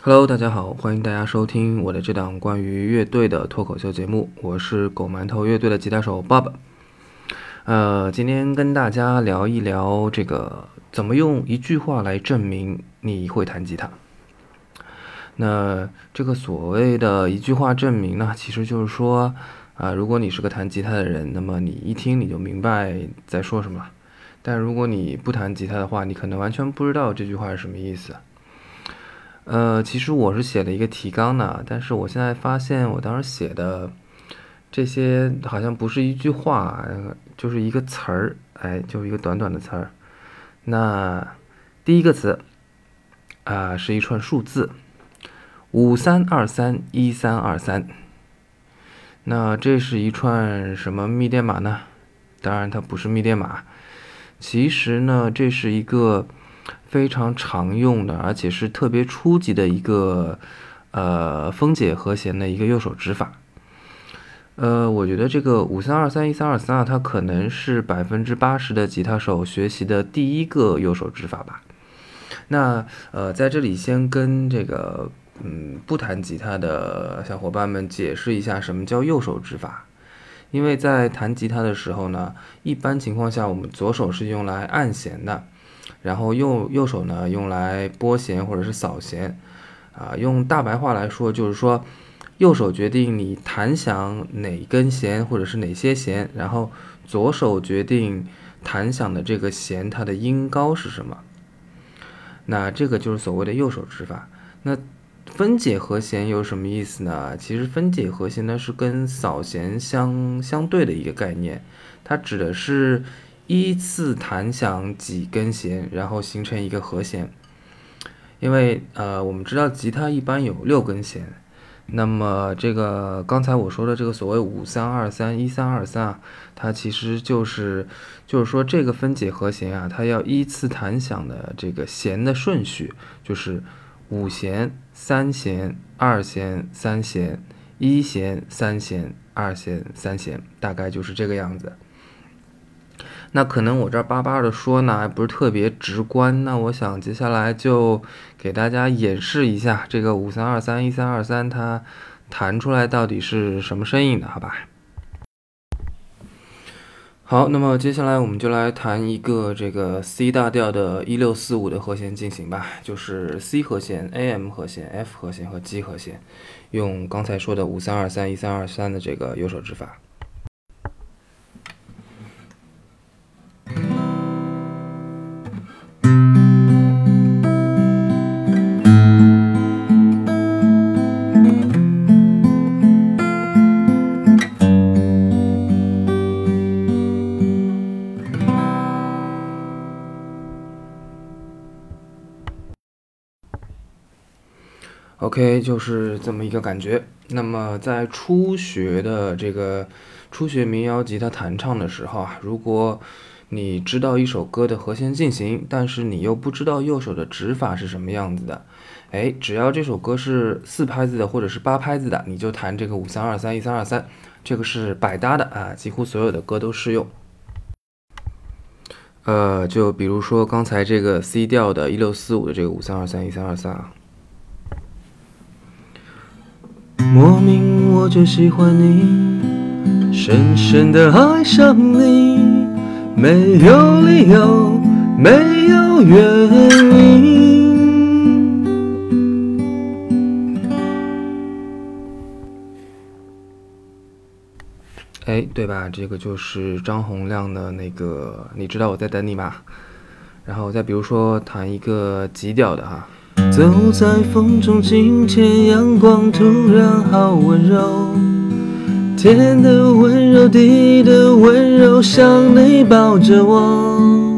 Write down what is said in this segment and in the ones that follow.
Hello，大家好，欢迎大家收听我的这档关于乐队的脱口秀节目，我是狗馒头乐队的吉他手 Bob。今天跟大家聊一聊这个怎么用一句话来证明你会弹吉他。那这个所谓的一句话证明呢，其实就是说，如果你是个弹吉他的人，那么你一听你就明白在说什么了。但如果你不弹吉他的话，你可能完全不知道这句话是什么意思。其实我是写了一个提纲呢，但是我现在发现我当时写的这些好像不是一句话，就是一个词儿，就是一个短短的词儿。那第一个词是一串数字53231323。那这是一串什么密电码呢？当然它不是密电码。其实呢，这是一个非常常用的，而且是特别初级的一个分解和弦的一个右手指法。我觉得这个53231323它可能是80%的吉他手学习的第一个右手指法吧。那在这里先跟这个不弹吉他的小伙伴们解释一下什么叫右手指法。因为在弹吉他的时候呢，一般情况下我们左手是用来按弦的，然后右手呢用来拨弦或者是扫弦。用大白话来说就是说，右手决定你弹响哪根弦或者是哪些弦，然后左手决定弹响的这个弦它的音高是什么。那这个就是所谓的右手指法。那分解和弦有什么意思呢？其实分解和弦呢是跟扫弦相对的一个概念，它指的是依次弹响几根弦，然后形成一个和弦。因为我们知道吉他一般有6根弦，那么这个刚才我说的这个所谓53231323它其实就是说这个分解和弦它要依次弹响的这个弦的顺序就是5弦、3弦、2弦、3弦、1弦、3弦、2弦、3弦，大概就是这个样子。那可能我这儿巴巴的说呢，还不是特别直观。那我想接下来就给大家演示一下这个53231323它弹出来到底是什么声音的，好吧？好，那么接下来我们就来弹一个这个 C 大调的1645的和弦进行吧，就是 C 和弦、AM 和弦、F 和弦和 G 和弦，用刚才说的53231323的这个右手指法。OK， 就是这么一个感觉。那么在初学民谣吉他弹唱的时候如果你知道一首歌的和弦进行，但是你又不知道右手的指法是什么样子的，只要这首歌是4拍子的或者是8拍子的，你就弹这个53231323，这个是百搭的几乎所有的歌都适用。就比如说刚才这个 C 调的1645的这个53231323莫名我就喜欢你，深深的爱上你，没有理由，没有原因。对吧？这个就是张洪量的那个你知道我在等你吗？然后再比如说弹一个G调的走在风中，今天阳光突然好温柔，天的温柔，地的温柔，像你抱着我。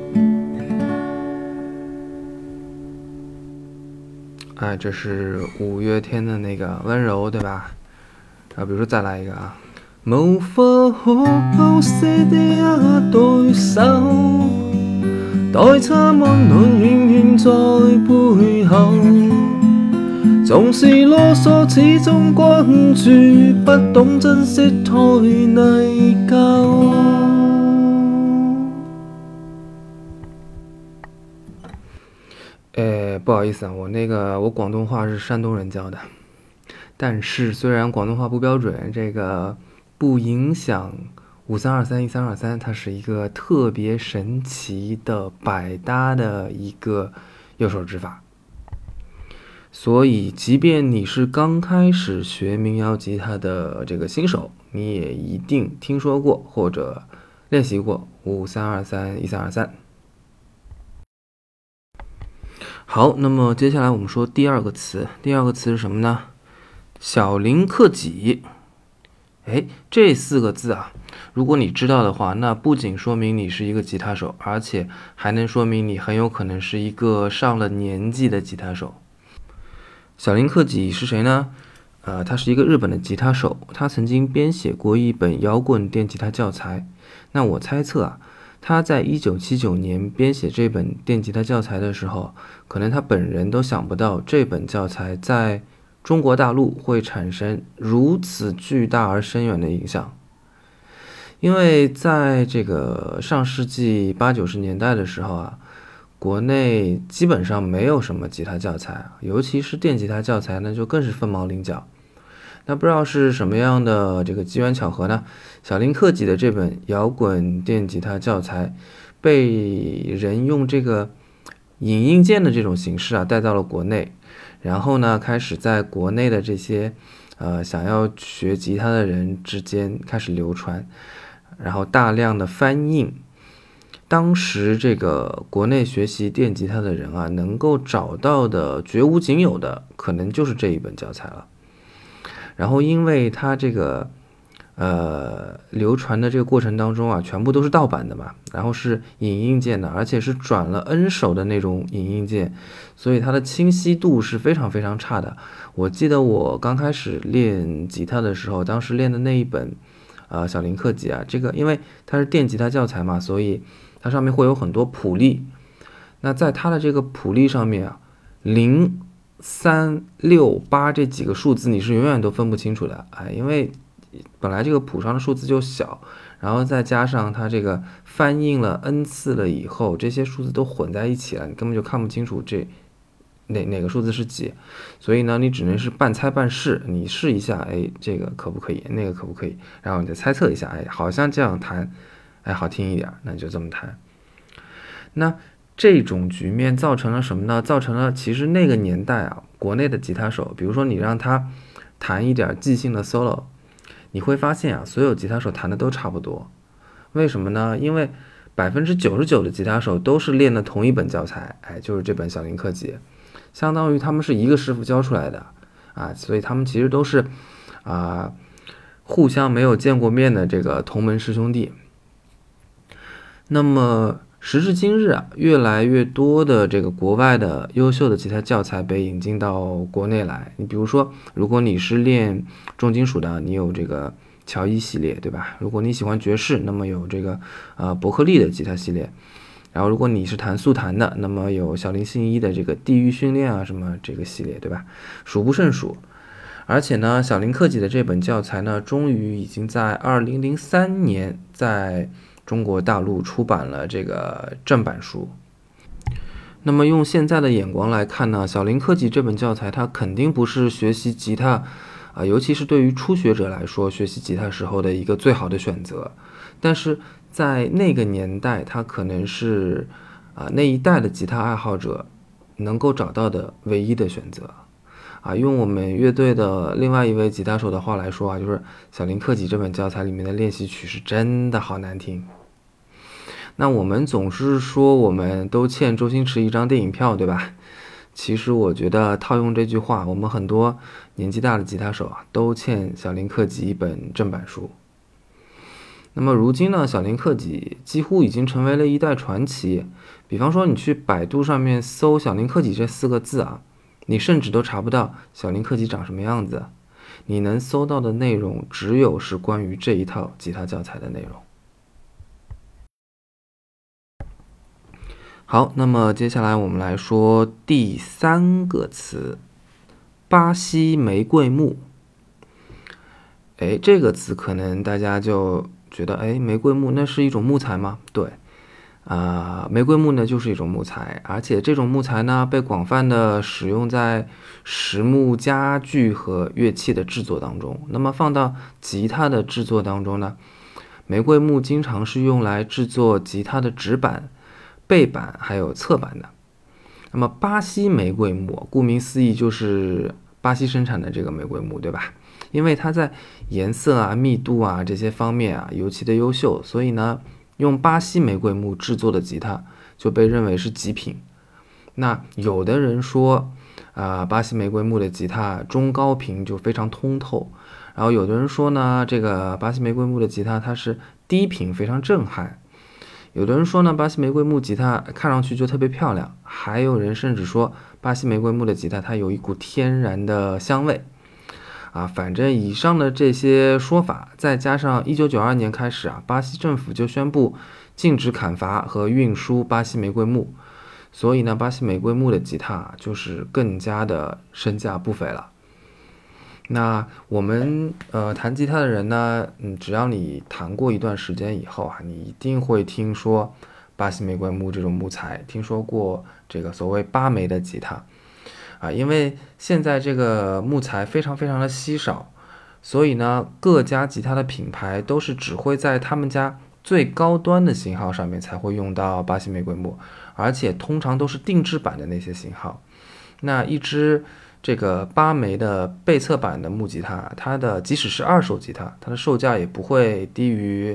这是5月天的那个温柔，对吧？比如说再来一个無法可惜的對手，待他溫暖遠遠在背後，總是囉嗦，始終關注，不懂珍惜太內疚。 不好意思啊，我广东话是山东人教的，但是虽然广东话不标准，这个不影响53231323，它是一个特别神奇的百搭的一个右手指法。所以，即便你是刚开始学民谣吉他的这个新手，你也一定听说过或者练习过53231323。好，那么接下来我们说第二个词，第二个词是什么呢？小林克己。这4个字啊，如果你知道的话，那不仅说明你是一个吉他手，而且还能说明你很有可能是一个上了年纪的吉他手。小林克己是谁呢？他是一个日本的吉他手，他曾经编写过一本摇滚电吉他教材。那我猜测啊，他在1979年编写这本电吉他教材的时候，可能他本人都想不到这本教材在中国大陆会产生如此巨大而深远的影响。因为在这个上世纪80、90年代的时候啊，国内基本上没有什么吉他教材，尤其是电吉他教材呢，就更是凤毛麟角。那不知道是什么样的这个机缘巧合呢？小林克己的这本摇滚电吉他教材，被人用这个影印件的这种形式啊带到了国内，然后呢，开始在国内的这些想要学吉他的人之间开始流传，然后大量的翻印。当时这个国内学习电吉他的人啊，能够找到的绝无仅有的，可能就是这一本教材了。然后因为它这个流传的这个过程当中啊，全部都是盗版的嘛，然后是影印件的，而且是转了 N 手的那种影印件，所以它的清晰度是非常非常差的。我记得我刚开始练吉他的时候，当时练的那一本小林克己啊，这个因为它是电吉他教材嘛，所以它上面会有很多谱例。那在它的这个谱例上面啊，0、3、6、8这几个数字你是永远都分不清楚的，因为本来这个谱上的数字就小，然后再加上它这个翻印了 N 次了以后，这些数字都混在一起了，你根本就看不清楚这哪个数字是几，所以呢，你只能是半猜半试，你试一下，这个可不可以，那个可不可以，然后你再猜测一下，好像这样弹，好听一点，那你就这么弹。那这种局面造成了什么呢？造成了其实那个年代啊，国内的吉他手，比如说你让他弹一点即兴的 solo， 你会发现啊，所有吉他手弹的都差不多。为什么呢？因为99%的吉他手都是练的同一本教材，就是这本小林克己，相当于他们是一个师傅教出来的啊，所以他们其实都是互相没有见过面的这个同门师兄弟。那么时至今日啊，越来越多的这个国外的优秀的吉他教材被引进到国内来。你比如说，如果你是练重金属的，你有这个乔伊系列，对吧？如果你喜欢爵士，那么有这个伯克利的吉他系列。然后如果你是弹速弹的，那么有小林信一的这个地狱训练啊什么这个系列，对吧？数不胜数。而且呢，小林克己的这本教材呢，终于已经在2003年在中国大陆出版了这个正版书。那么用现在的眼光来看呢，小林克己这本教材它肯定不是学习吉他尤其是对于初学者来说，学习吉他时候的一个最好的选择。但是在那个年代，它可能是那一代的吉他爱好者能够找到的唯一的选择。用我们乐队的另外一位吉他手的话来说就是小林克己这本教材里面的练习曲是真的好难听。那我们总是说我们都欠周星驰一张电影票，对吧？其实我觉得套用这句话，我们很多年纪大的吉他手都欠小林克己一本正版书。那么如今呢，小林克己几乎已经成为了一代传奇。比方说你去百度上面搜小林克己这4个字你甚至都查不到小林克己长什么样子，你能搜到的内容只有是关于这一套吉他教材的内容。好，那么接下来我们来说第3个词，巴西玫瑰木。这个词可能大家就觉得，玫瑰木那是一种木材吗？对， 玫瑰木呢就是一种木材，而且这种木材呢被广泛的使用在实木家具和乐器的制作当中。那么放到吉他的制作当中呢，玫瑰木经常是用来制作吉他的指板、背板还有侧板的。那么巴西玫瑰木，顾名思义就是巴西生产的这个玫瑰木，对吧？因为它在颜色啊、密度啊这些方面啊尤其的优秀，所以呢，用巴西玫瑰木制作的吉他就被认为是极品。那有的人说，巴西玫瑰木的吉他中高频就非常通透，然后有的人说呢，这个巴西玫瑰木的吉他它是低频非常震撼。有的人说呢，巴西玫瑰木吉他看上去就特别漂亮，还有人甚至说巴西玫瑰木的吉他它有一股天然的香味。反正以上的这些说法，再加上1992年开始巴西政府就宣布禁止砍伐和运输巴西玫瑰木，所以呢，巴西玫瑰木的吉他就是更加的身价不菲了。那我们弹吉他的人呢，只要你弹过一段时间以后你一定会听说巴西玫瑰木这种木材，听说过这个所谓巴玫的吉他因为现在这个木材非常非常的稀少，所以呢，各家吉他的品牌都是只会在他们家最高端的型号上面才会用到巴西玫瑰木，而且通常都是定制版的那些型号。那一支这个巴玫的背侧版的木吉他，它的即使是二手吉他，它的售价也不会低于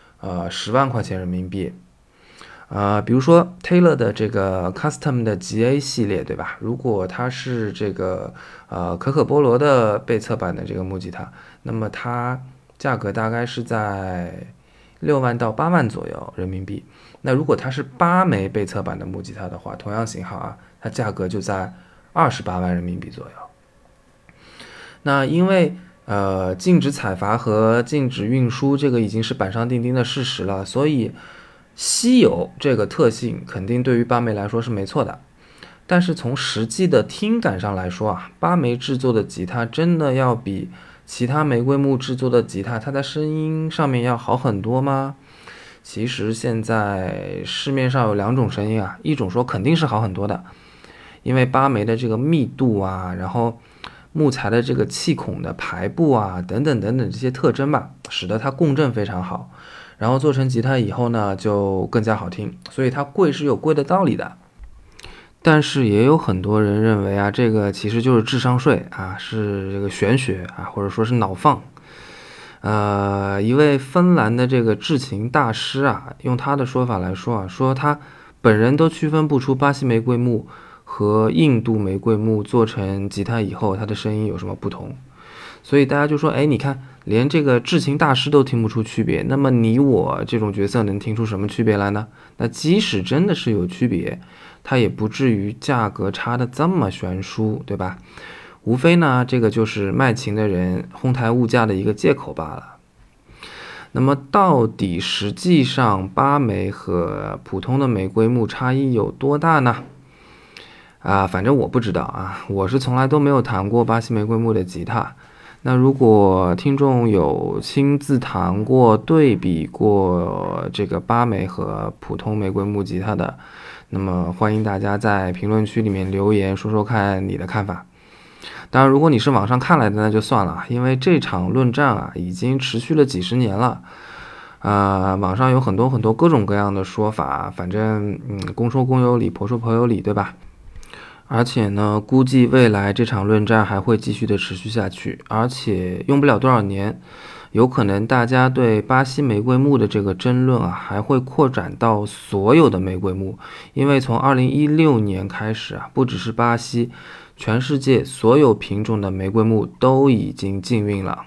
10万块钱人民币。比如说 Taylor 的这个 Custom 的 GA 系列，对吧？如果它是这个可可波罗的背侧版的这个木吉他，那么它价格大概是在6万到8万左右人民币。那如果它是巴玫背侧版的木吉他的话，同样型号它价格就在28万人民币左右。那因为禁止采伐和禁止运输，这个已经是板上钉钉的事实了，所以稀有这个特性肯定对于巴玫来说是没错的。但是从实际的听感上来说巴玫制作的吉他真的要比其他玫瑰木制作的吉他它在声音上面要好很多吗？其实现在市面上有2种声音一种说肯定是好很多的，因为巴玫的这个密度然后木材的这个气孔的排布等等等等这些特征使得它共振非常好，然后做成吉他以后呢就更加好听，所以它贵是有贵的道理的。但是也有很多人认为这个其实就是智商税是这个玄学或者说是脑放。一位芬兰的这个制琴大师用他的说法来说说他本人都区分不出巴西玫瑰木和印度玫瑰木做成吉他以后它的声音有什么不同。所以大家就说你看连这个制琴大师都听不出区别，那么你我这种角色能听出什么区别来呢？那即使真的是有区别，它也不至于价格差的这么悬殊，对吧？无非呢这个就是卖琴的人哄抬物价的一个借口罢了。那么到底实际上巴玫和普通的玫瑰木差异有多大呢？反正我不知道我是从来都没有弹过巴西玫瑰木的吉他。那如果听众有亲自弹过对比过这个巴玫和普通玫瑰木吉他的，那么欢迎大家在评论区里面留言说说看你的看法。当然如果你是网上看来的那就算了，因为这场论战已经持续了几十年了。网上有很多很多各种各样的说法，反正公说公有理，婆说婆有理，对吧？而且呢，估计未来这场论战还会继续的持续下去，而且用不了多少年，有可能大家对巴西玫瑰木的这个争论还会扩展到所有的玫瑰木，因为从2016年开始不只是巴西，全世界所有品种的玫瑰木都已经禁运了。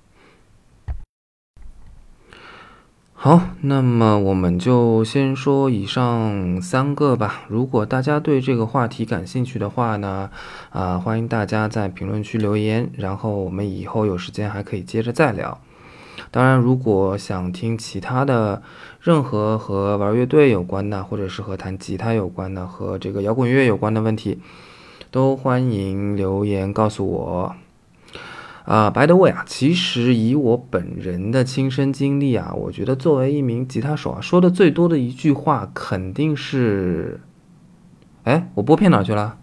好，那么我们就先说以上3个吧。如果大家对这个话题感兴趣的话呢，欢迎大家在评论区留言，然后我们以后有时间还可以接着再聊。当然，如果想听其他的任何和玩乐队有关的，或者是和弹吉他有关的，和这个摇滚乐有关的问题，都欢迎留言告诉我。 by the way 啊，其实以我本人的亲身经历啊，我觉得作为一名吉他手啊，说的最多的一句话肯定是，哎，我拨片哪去了？